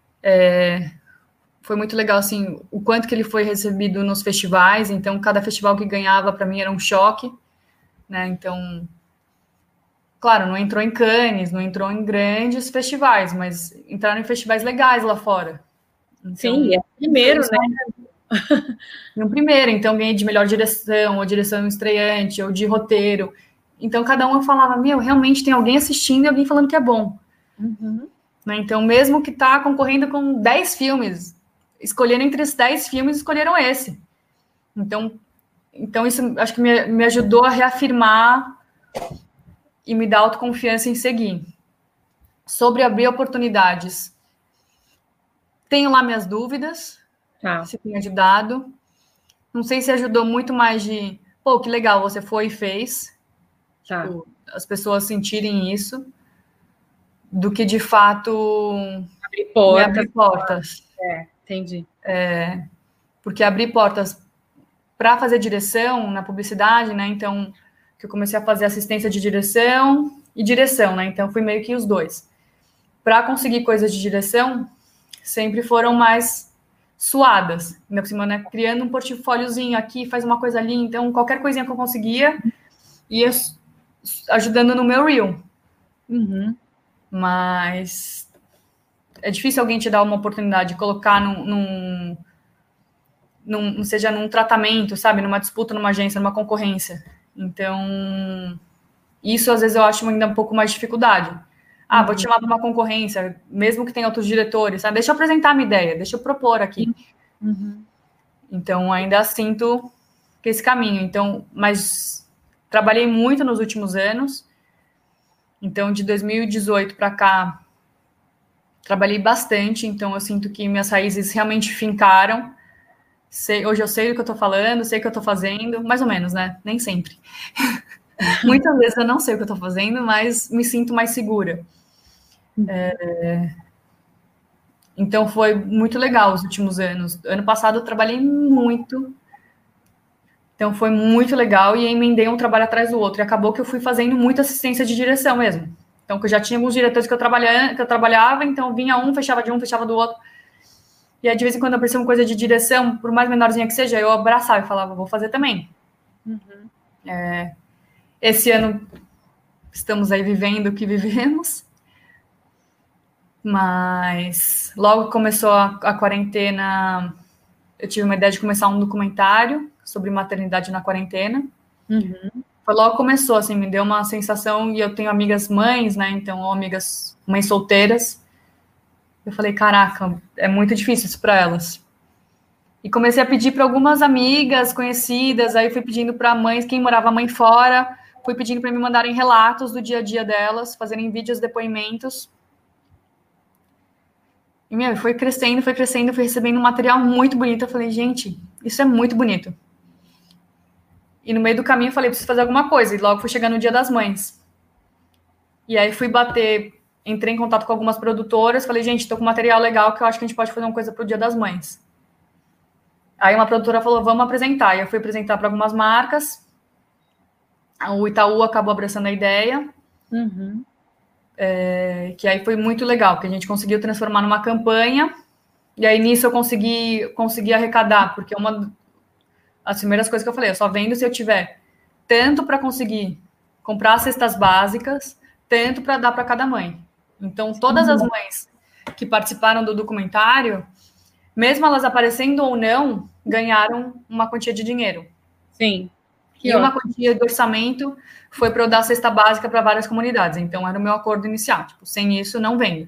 Foi muito legal, assim, o quanto que ele foi recebido nos festivais. Então, cada festival que ganhava, para mim, era um choque, né? Então, claro, não entrou em Cannes, não entrou em grandes festivais, mas entraram em festivais legais lá fora. Então, sim, é o primeiro, né? No primeiro, então ganhei de melhor direção, ou direção estreante, ou de roteiro. Então, cada um eu falava, realmente tem alguém assistindo e alguém falando que é bom. Né? Então, mesmo que tá concorrendo com 10 filmes, escolhendo entre os 10 filmes, escolheram esse. Então isso acho que me ajudou a reafirmar e me dar autoconfiança em seguir. Sobre abrir oportunidades, tenho lá minhas dúvidas, se tem ajudado. Não sei se ajudou muito mais de, que legal, você foi e fez. Tipo, as pessoas sentirem isso, do que de fato abrir portas. Entendi. Porque abri portas para fazer direção na publicidade, né? Então, que eu comecei a fazer assistência de direção e direção, né? Então, fui meio que os dois. Para conseguir coisas de direção, sempre foram mais suadas. Ainda por cima, né? Criando um portfóliozinho aqui, faz uma coisa ali. Então, qualquer coisinha que eu conseguia, ia ajudando no meu reel. Uhum. Mas é difícil alguém te dar uma oportunidade de colocar seja num tratamento, sabe? Numa disputa, numa agência, numa concorrência. Então, isso às vezes eu acho ainda um pouco mais de dificuldade. Vou te chamar para uma concorrência, mesmo que tenha outros diretores, sabe? Deixa eu apresentar a minha ideia, deixa eu propor aqui. Uhum. Então, ainda sinto que esse caminho. Então, mas trabalhei muito nos últimos anos. Então, de 2018 para cá, trabalhei bastante. Então, eu sinto que minhas raízes realmente fincaram. Hoje eu sei do que eu estou falando, sei o que eu estou fazendo, mais ou menos, né? Nem sempre. Muitas vezes eu não sei o que eu estou fazendo, mas me sinto mais segura. Então, foi muito legal os últimos anos. Ano passado eu trabalhei muito. Então, foi muito legal e emendei um trabalho atrás do outro. E acabou que eu fui fazendo muita assistência de direção mesmo. Então, que eu já tinha alguns diretores que eu trabalhava, então vinha um, fechava de um, fechava do outro. E aí, de vez em quando, aparecia uma coisa de direção, por mais menorzinha que seja, eu abraçava e falava, vou fazer também. Esse ano, estamos aí vivendo o que vivemos. Mas, logo que começou a quarentena, eu tive uma ideia de começar um documentário sobre maternidade na quarentena. Foi logo que começou, assim, me deu uma sensação, e eu tenho amigas mães, né, então, amigas mães solteiras. Eu falei, caraca, é muito difícil isso para elas. E comecei a pedir para algumas amigas conhecidas, aí fui pedindo para mães, quem morava mãe fora, fui pedindo para me mandarem relatos do dia a dia delas, fazerem vídeos, depoimentos. E, foi crescendo, fui recebendo um material muito bonito. Eu falei, gente, isso é muito bonito. E no meio do caminho eu falei, preciso fazer alguma coisa. E logo fui chegando o Dia das Mães. E aí fui entrei em contato com algumas produtoras, falei, gente, tô com material legal que eu acho que a gente pode fazer uma coisa pro Dia das Mães. Aí uma produtora falou, vamos apresentar. E eu fui apresentar para algumas marcas. O Itaú acabou abraçando a ideia. Que aí foi muito legal, porque a gente conseguiu transformar numa campanha. E aí nisso eu consegui arrecadar, porque as primeiras coisas que eu falei, eu só vendo se eu tiver tanto para conseguir comprar cestas básicas, tanto para dar para cada mãe. Então, todas as mães que participaram do documentário, mesmo elas aparecendo ou não, ganharam uma quantia de dinheiro. Sim. E uma quantia de orçamento foi para eu dar cesta básica para várias comunidades. Então, era o meu acordo inicial. Tipo, sem isso, não vendo.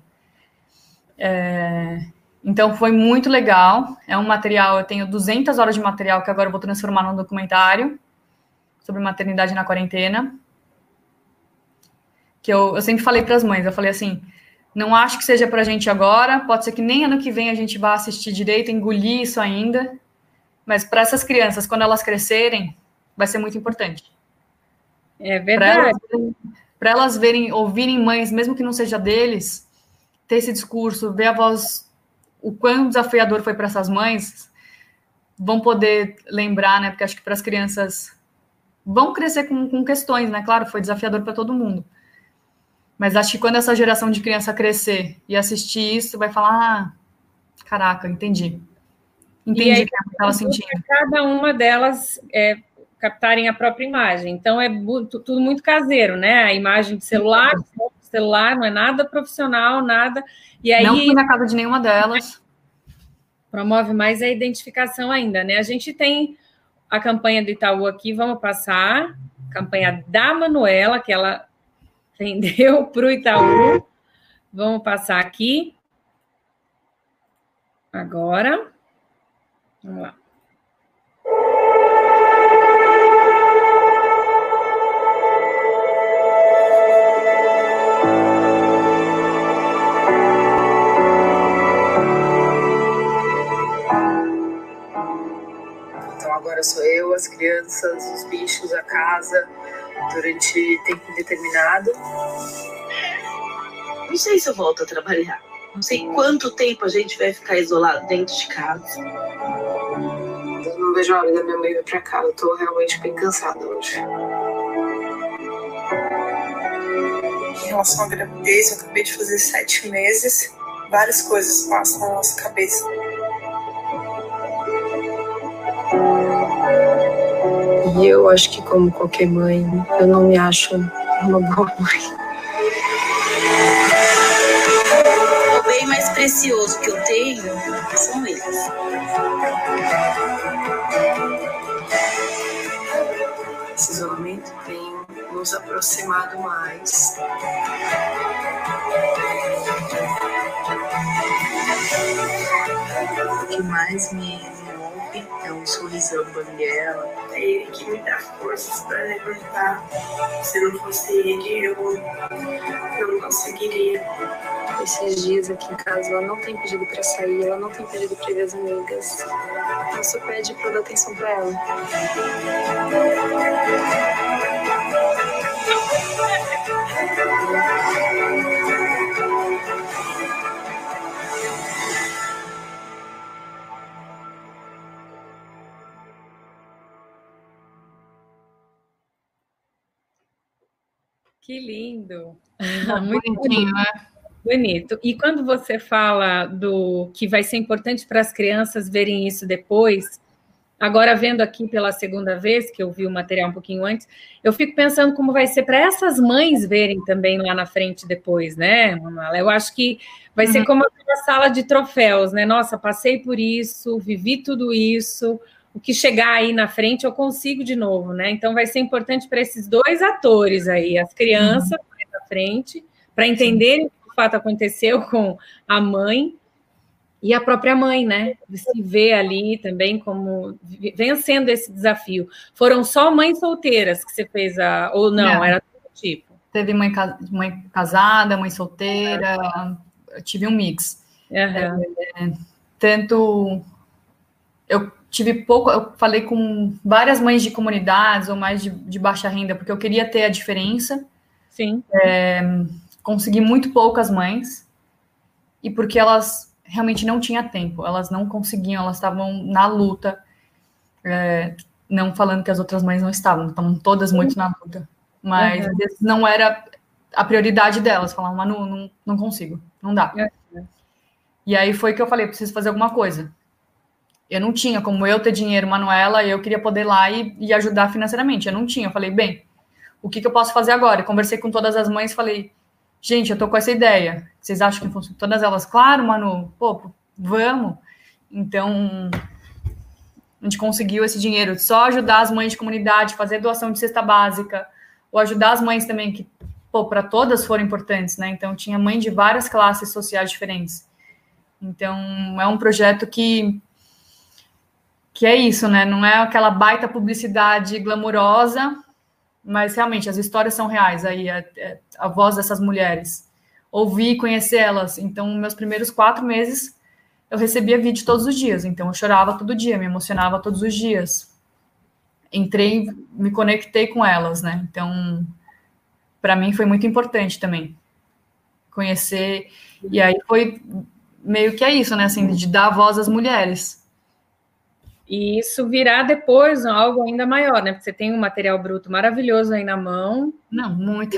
Então, foi muito legal. É um material, eu tenho 200 horas de material que agora eu vou transformar num documentário sobre maternidade na quarentena. Que eu sempre falei para as mães, eu falei assim, não acho que seja para a gente agora, pode ser que nem ano que vem a gente vá assistir direito, engolir isso ainda, mas para essas crianças, quando elas crescerem, vai ser muito importante. É verdade. Para elas ouvirem mães, mesmo que não seja deles, ter esse discurso, ver a voz, o quão desafiador foi para essas mães, vão poder lembrar, né? Porque acho que para as crianças vão crescer com questões, né? Claro, foi desafiador para todo mundo. Mas acho que quando essa geração de criança crescer e assistir isso, vai falar, caraca, entendi. Entendi o que ela estava sentindo. Cada uma delas captarem a própria imagem. Então, é tudo muito caseiro, né? A imagem de celular, não é nada profissional, nada. E aí, não fui na casa de nenhuma delas. Promove mais a identificação ainda, né? A gente tem a campanha do Itaú aqui, vamos passar. Campanha da Manuela, que ela vendeu para o Itaú. Vamos passar aqui. Agora. Vamos lá. Então agora sou eu, as crianças, os bichos, a casa, durante tempo indeterminado. Não sei se eu volto a trabalhar. Não sei quanto tempo a gente vai ficar isolado dentro de casa. Eu não vejo a hora da minha mãe vir pra cá. Eu tô realmente bem cansada hoje. Em relação à gravidez, eu acabei de fazer 7 meses. Várias coisas passam na nossa cabeça. E eu acho que, como qualquer mãe, eu não me acho uma boa mãe. O bem mais precioso que eu tenho são eles. Esse isolamento tem nos aproximado mais. O que mais me move é um sorrisão da Gabriela. É ele que me dá forças para levantar. Se não fosse ele, eu não conseguiria. Esses dias aqui em casa, ela não tem pedido pra sair, ela não tem pedido pra ver as amigas. Ela só pede pra eu dar atenção pra ela. Que lindo! Muito bonitinho, né? Bonito. E quando você fala do que vai ser importante para as crianças verem isso depois, agora vendo aqui pela segunda vez, que eu vi o material um pouquinho antes, eu fico pensando como vai ser para essas mães verem também lá na frente depois, né, Manuela? Eu acho que vai ser como uma sala de troféus, né? Nossa, passei por isso, vivi tudo isso, o que chegar aí na frente eu consigo de novo, né? Então vai ser importante para esses dois atores aí, as crianças mais na frente, para entenderem o que de fato aconteceu com a mãe e a própria mãe, né? Se vê ali também como vencendo esse desafio. Foram só mães solteiras que você fez ou não? Era todo tipo? Teve mãe casada, mãe solteira, eu tive um mix. Tanto eu tive pouco, eu falei com várias mães de comunidades ou mais de baixa renda, porque eu queria ter a diferença. Sim. Consegui muito poucas mães, e porque elas realmente não tinham tempo, elas não conseguiam, elas estavam na luta, não falando que as outras mães não estavam todas muito na luta, mas às vezes não era a prioridade delas, falavam, Manu, não consigo, não dá. E aí foi que eu falei, preciso fazer alguma coisa. Eu não tinha como eu ter dinheiro, Manuela, e eu queria poder ir lá e ajudar financeiramente. Eu não tinha. Eu falei, bem, o que eu posso fazer agora? Eu conversei com todas as mães e falei, gente, eu tô com essa ideia. Vocês acham que funciona? Todas elas, claro, Manu, pô, vamos. Então, a gente conseguiu esse dinheiro. Só ajudar as mães de comunidade, fazer doação de cesta básica, ou ajudar as mães também, que, pô, para todas foram importantes, né? Então, tinha mãe de várias classes sociais diferentes. Então, é um projeto que é isso, né? Não é aquela baita publicidade glamurosa, mas realmente as histórias são reais. Aí a voz dessas mulheres, ouvir e conhecer elas. Então, meus primeiros 4 meses, eu recebia vídeo todos os dias. Então, eu chorava todo dia, me emocionava todos os dias. Entrei, me conectei com elas, né? Então, para mim foi muito importante também conhecer. E aí foi meio que isso, né? Assim, de dar voz às mulheres. E isso virá depois algo ainda maior, né? Porque você tem um material bruto maravilhoso aí na mão. Não, muito.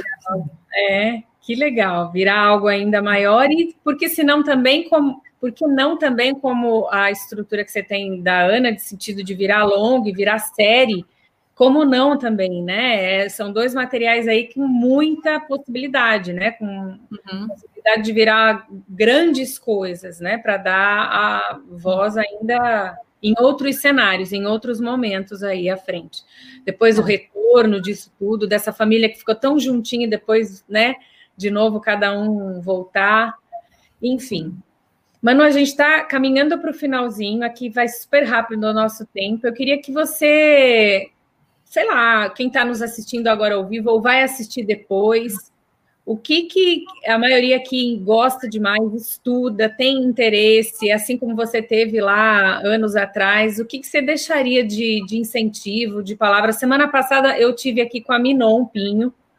Que legal. Virar algo ainda maior e porque senão também porque não também como a estrutura que você tem da Ana, de sentido de virar longo e virar série, como não também, né? São 2 materiais aí com muita possibilidade, né? Com possibilidade de virar grandes coisas, né? Para dar a voz ainda em outros cenários, em outros momentos aí à frente. Depois o retorno disso tudo, dessa família que ficou tão juntinha e depois, né, de novo cada um voltar, enfim. Manu, a gente está caminhando para o finalzinho, aqui vai super rápido o nosso tempo. Eu queria que você, sei lá, quem está nos assistindo agora ao vivo ou vai assistir depois, o que a maioria aqui gosta demais, estuda, tem interesse, assim como você teve lá anos atrás, o que você deixaria de incentivo, de palavra? Semana passada eu tive aqui com a Minon Pinho,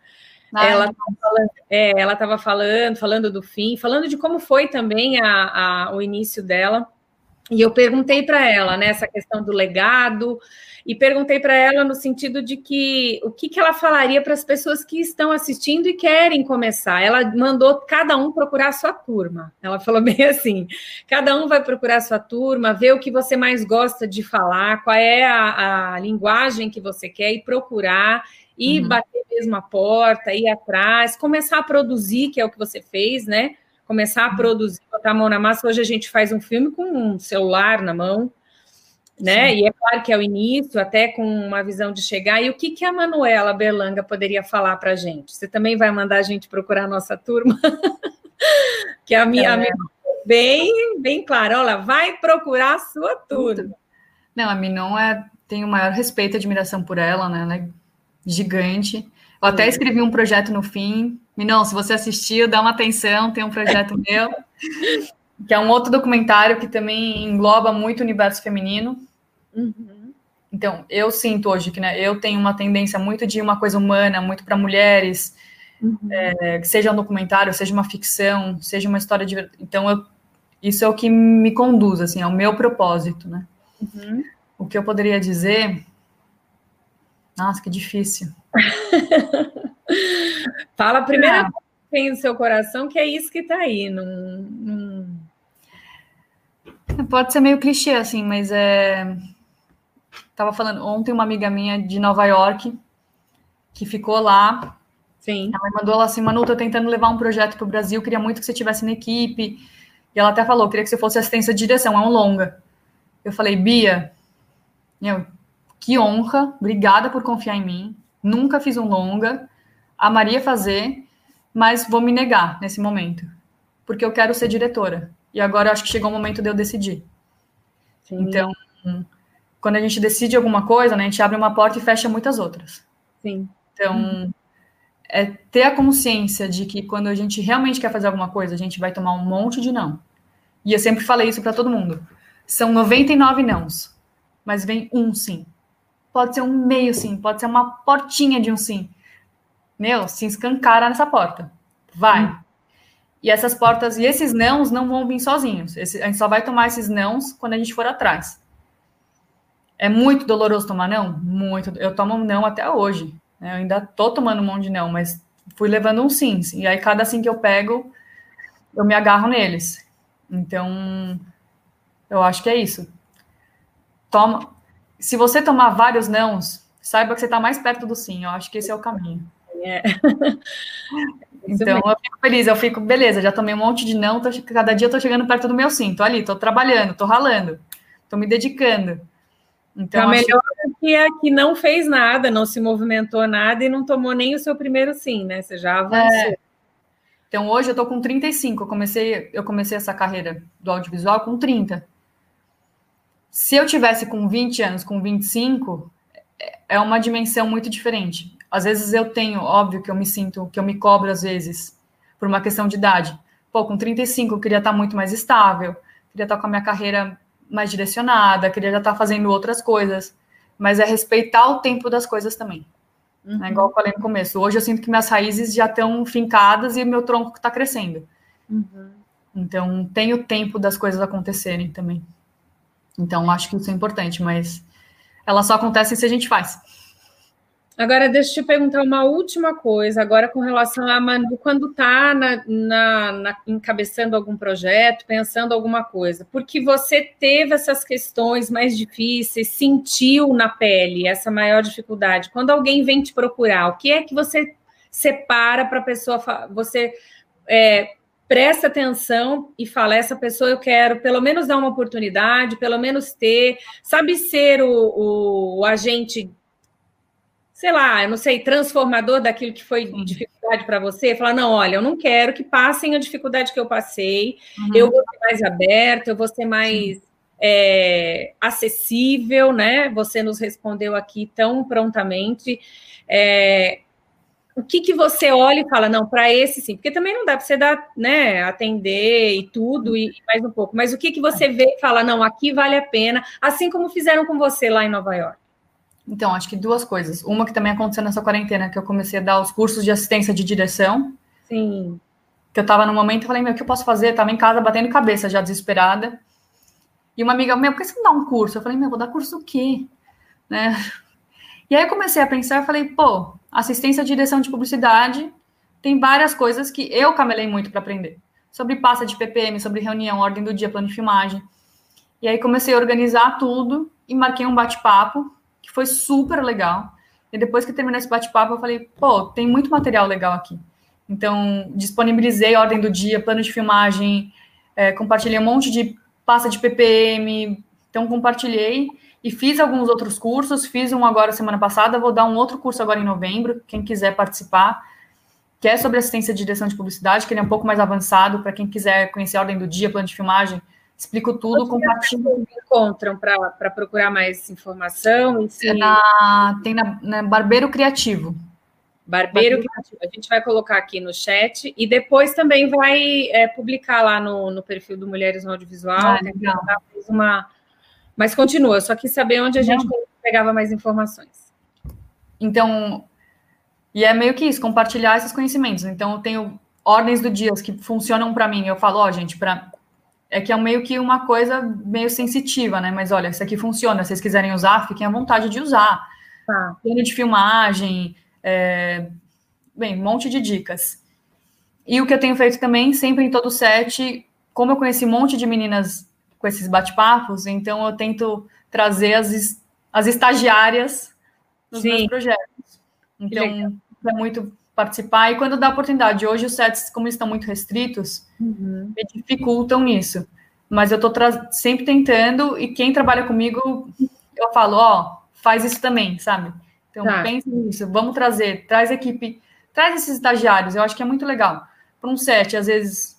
Ela estava falando do fim, falando de como foi também o início dela. E eu perguntei para ela, né, essa questão do legado, e perguntei para ela no sentido de que o que ela falaria para as pessoas que estão assistindo e querem começar. Ela mandou cada um procurar a sua turma. Ela falou bem assim: cada um vai procurar a sua turma, ver o que você mais gosta de falar, qual é a linguagem que você quer, e procurar, e bater mesmo a porta, ir atrás, começar a produzir, que é o que você fez, né? Começar a produzir, botar a mão na massa. Hoje a gente faz um filme com um celular na mão, né? Sim. E é claro que é o início, até com uma visão de chegar. E o que a Manuela Berlanga poderia falar para a gente? Você também vai mandar a gente procurar a nossa turma? Que a minha bem clara, olha, vai procurar a sua turma. Não, a Minon tenho o maior respeito e admiração por ela, né? Ela é gigante. Eu até escrevi um projeto no fim. Minon, se você assistiu, dá uma atenção, tem um projeto meu, que é um outro documentário que também engloba muito o universo feminino. Então, eu sinto hoje que, né, eu tenho uma tendência muito de uma coisa humana, muito para mulheres, que seja um documentário, seja uma ficção, seja uma história de... Então, isso é o que me conduz, assim, é o meu propósito, né? O que eu poderia dizer... Nossa, que difícil. Fala a primeira coisa que tem no seu coração, que é isso que está aí. Pode ser meio clichê, assim, mas Tava falando ontem uma amiga minha de Nova York que ficou lá. Sim. Ela me mandou assim: Manu, tô tentando levar um projeto para o Brasil, queria muito que você estivesse na equipe. E ela até falou, queria que você fosse assistência de direção, é um longa. Eu falei, Bia, que honra, obrigada por confiar em mim. Nunca fiz um longa, amaria fazer, mas vou me negar nesse momento, porque eu quero ser diretora. E agora eu acho que chegou o momento de eu decidir. Sim. Então, quando a gente decide alguma coisa, né, a gente abre uma porta e fecha muitas outras. Sim. Então, é ter a consciência de que quando a gente realmente quer fazer alguma coisa, a gente vai tomar um monte de não. E eu sempre falei isso para todo mundo. São 99 nãos, mas vem um sim. Pode ser um meio sim, pode ser uma portinha de um sim. Se escancara nessa porta. Vai. E essas portas e esses nãos não vão vir sozinhos. A gente só vai tomar esses nãos quando a gente for atrás. É muito doloroso tomar não? Muito. Eu tomo um não até hoje. Eu ainda tô tomando um monte de não, mas fui levando um sim. E aí, cada sim que eu pego, eu me agarro neles. Então, eu acho que é isso. Se você tomar vários nãos, saiba que você está mais perto do sim. Eu acho que esse é o caminho. Então, eu fico feliz. Eu fico, beleza, já tomei um monte de não. Cada dia eu tô chegando perto do meu sim. Tô ali, tô trabalhando, tô ralando. Tô me dedicando. Então, a melhor que é que não fez nada, não se movimentou nada e não tomou nem o seu primeiro sim, né? Você já avançou. Então, hoje eu tô com 35. Eu comecei essa carreira do audiovisual com 30. Se eu tivesse com 20 anos, com 25, é uma dimensão muito diferente. Às vezes eu tenho, óbvio que eu me sinto, que eu me cobro às vezes, por uma questão de idade. Com 35 eu queria estar muito mais estável, queria estar com a minha carreira mais direcionada, queria já estar fazendo outras coisas, mas é respeitar o tempo das coisas também. É igual eu falei no começo, hoje eu sinto que minhas raízes já estão fincadas e meu tronco está crescendo. Então, tem o tempo das coisas acontecerem também. Então, acho que isso é importante, mas elas só acontecem se a gente faz. Agora, deixa eu te perguntar uma última coisa, agora com relação a Manu, quando está encabeçando algum projeto, pensando alguma coisa, porque você teve essas questões mais difíceis, sentiu na pele essa maior dificuldade. Quando alguém vem te procurar, o que é que você separa para a pessoa, você presta atenção e fala, essa pessoa eu quero pelo menos dar uma oportunidade, pelo menos sabe ser o agente, sei lá, eu não sei, transformador daquilo que foi dificuldade para você, falar, não, olha, eu não quero que passem a dificuldade que eu passei, eu vou ser mais aberta, eu vou ser mais acessível, né? Você nos respondeu aqui tão prontamente. O que você olha e fala, não, para esse sim, porque também não dá para você dar, né, atender e tudo, e mais um pouco, mas o que você vê e fala, não, aqui vale a pena, assim como fizeram com você lá em Nova York? Então, acho que duas coisas. Uma que também aconteceu nessa quarentena, que eu comecei a dar os cursos de assistência de direção. Sim. Que eu tava no momento e falei, meu, o que eu posso fazer? Eu tava em casa batendo cabeça já, desesperada. E uma amiga, meu, por que você não dá um curso? Eu falei, meu, vou dar curso o quê? Né? E aí eu comecei a pensar, eu falei, pô, assistência de direção de publicidade, tem várias coisas que eu camelei muito para aprender. Sobre pasta de PPM, sobre reunião, ordem do dia, plano de filmagem. E aí comecei a organizar tudo e marquei um bate-papo, que foi super legal. E depois que terminou esse bate-papo, eu falei, pô, tem muito material legal aqui. Então, disponibilizei ordem do dia, plano de filmagem, compartilhei um monte de pasta de PPM, então compartilhei e fiz alguns outros cursos, fiz um agora semana passada, vou dar um outro curso agora em novembro, quem quiser participar, que é sobre assistência de direção de publicidade, que ele é um pouco mais avançado, para quem quiser conhecer a ordem do dia, plano de filmagem, explico tudo, compartilho. Encontram para procurar mais informação? E se... Tem na Barbeiro Criativo. Barbeiro Criativo. A gente vai colocar aqui no chat e depois também vai publicar lá no perfil do Mulheres no Audiovisual. Mas continua, só quis saber onde a gente pegava mais informações. Então, e é meio que isso, compartilhar esses conhecimentos. Então, eu tenho ordens do dia que funcionam para mim. Eu falo, gente, é que é meio que uma coisa meio sensitiva, né? Mas olha, isso aqui funciona. Se vocês quiserem usar, fiquem à vontade de usar. Tá. Plano de filmagem, um monte de dicas. E o que eu tenho feito também, sempre em todo set, como eu conheci um monte de meninas com esses bate-papos, então eu tento trazer as estagiárias nos meus projetos. Então, é muito participar. E quando dá oportunidade, hoje os sets, como estão muito restritos, me dificultam nisso. Mas eu estou sempre tentando, e quem trabalha comigo, eu falo, faz isso também, sabe? Então, pensa nisso, vamos traz equipe, traz esses estagiários, eu acho que é muito legal. Para um set, às vezes,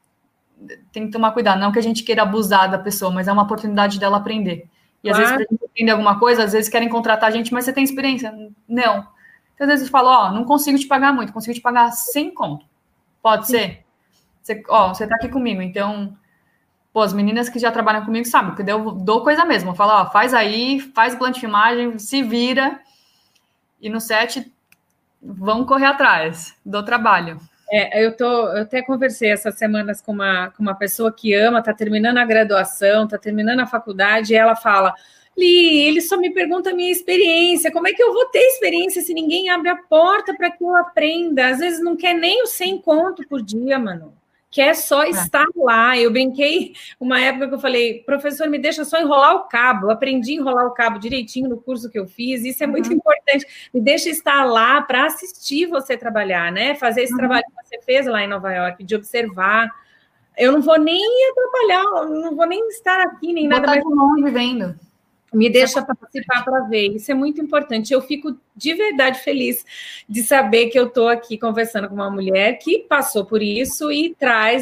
tem que tomar cuidado, não que a gente queira abusar da pessoa, mas é uma oportunidade dela aprender. E às vezes, para a gente aprender alguma coisa, às vezes querem contratar a gente, mas você tem experiência? Não. Então, às vezes eu falo, não consigo te pagar muito, consigo te pagar 100 conto. Pode ser? Você tá aqui comigo, então, as meninas que já trabalham comigo sabem que eu dou coisa mesmo. Eu falo, faz aí, faz plano de filmagem, se vira, e no set vão correr atrás, dou trabalho. Eu até conversei essas semanas com uma pessoa que ama, está terminando a graduação, está terminando a faculdade, e ela fala, Li, ele só me pergunta a minha experiência, como é que eu vou ter experiência se ninguém abre a porta para que eu aprenda? Às vezes não quer nem os 100 conto por dia, mano. Quer só estar lá. Eu brinquei uma época que eu falei, professor, me deixa só enrolar o cabo. Eu aprendi a enrolar o cabo direitinho no curso que eu fiz. Isso é muito importante. Me deixa estar lá para assistir você trabalhar, né? Fazer esse trabalho que você fez lá em Nova York, de observar. Eu não vou nem atrapalhar, não vou nem estar aqui, nem nada mais. Longe vendo. Me deixa participar para ver. Isso é muito importante. Eu fico de verdade feliz de saber que eu estou aqui conversando com uma mulher que passou por isso e traz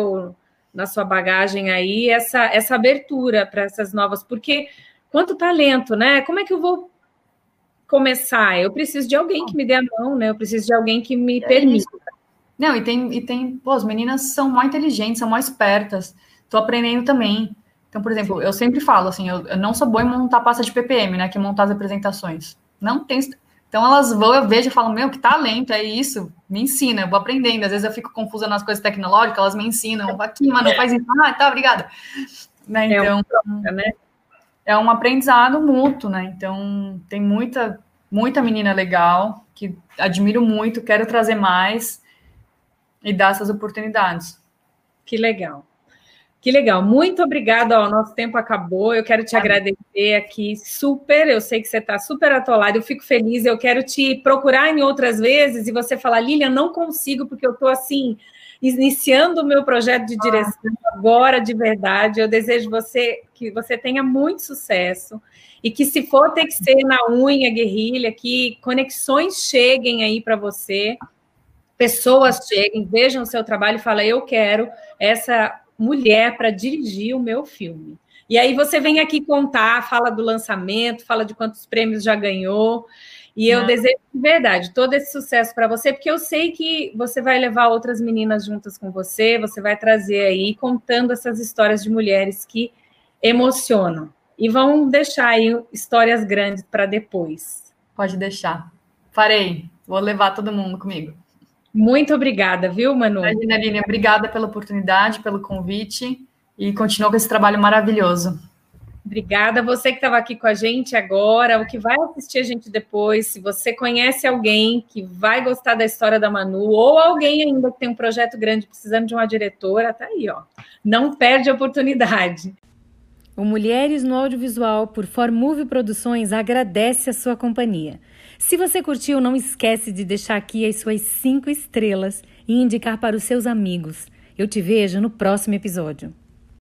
na sua bagagem aí essa abertura para essas novas. Porque quanto talento, né? Como é que eu vou começar? Eu preciso de alguém que me dê a mão, né? Eu preciso de alguém que me permita. Não, e tem, as meninas são mais inteligentes, são mais espertas. Estou aprendendo também. Então, por exemplo, eu sempre falo assim, eu não sou boa em montar pasta de PPM, né? Que é montar as apresentações. Não tem. Então elas vão, eu vejo e falo, meu, que talento, é isso, me ensina, eu vou aprendendo. Às vezes eu fico confusa nas coisas tecnológicas, elas me ensinam, aqui, mano, faz isso, tá, obrigada. Né? Então, é um aprendizado mútuo, né? Então, tem muita menina legal, que admiro muito, quero trazer mais e dar essas oportunidades. Que legal. Que legal, muito obrigada, o nosso tempo acabou, eu quero te agradecer aqui super, eu sei que você está super atolada, eu fico feliz, eu quero te procurar em outras vezes e você falar, Lilian, não consigo porque eu estou assim, iniciando o meu projeto de direção agora de verdade, eu desejo que você tenha muito sucesso e que se for ter que ser na unha, guerrilha, que conexões cheguem aí para você, pessoas cheguem, vejam o seu trabalho e falem, eu quero essa mulher para dirigir o meu filme. E aí você vem aqui contar, fala do lançamento, fala de quantos prêmios já ganhou, e eu desejo de verdade todo esse sucesso para você, porque eu sei que você vai levar outras meninas juntas com você vai trazer aí, contando essas histórias de mulheres que emocionam. e vão deixar aí histórias grandes para depois. Pode deixar. Farei. Vou levar todo mundo comigo. Muito obrigada, viu, Manu? Imagina, Aline, obrigada pela oportunidade, pelo convite e continua com esse trabalho maravilhoso. Obrigada a você que estava aqui com a gente agora, o que vai assistir a gente depois. Se você conhece alguém que vai gostar da história da Manu, ou alguém ainda que tem um projeto grande precisando de uma diretora, tá aí, ó. Não perde a oportunidade. O Mulheres no Audiovisual, por Formove Produções, agradece a sua companhia. Se você curtiu, não esquece de deixar aqui as suas 5 estrelas e indicar para os seus amigos. Eu te vejo no próximo episódio.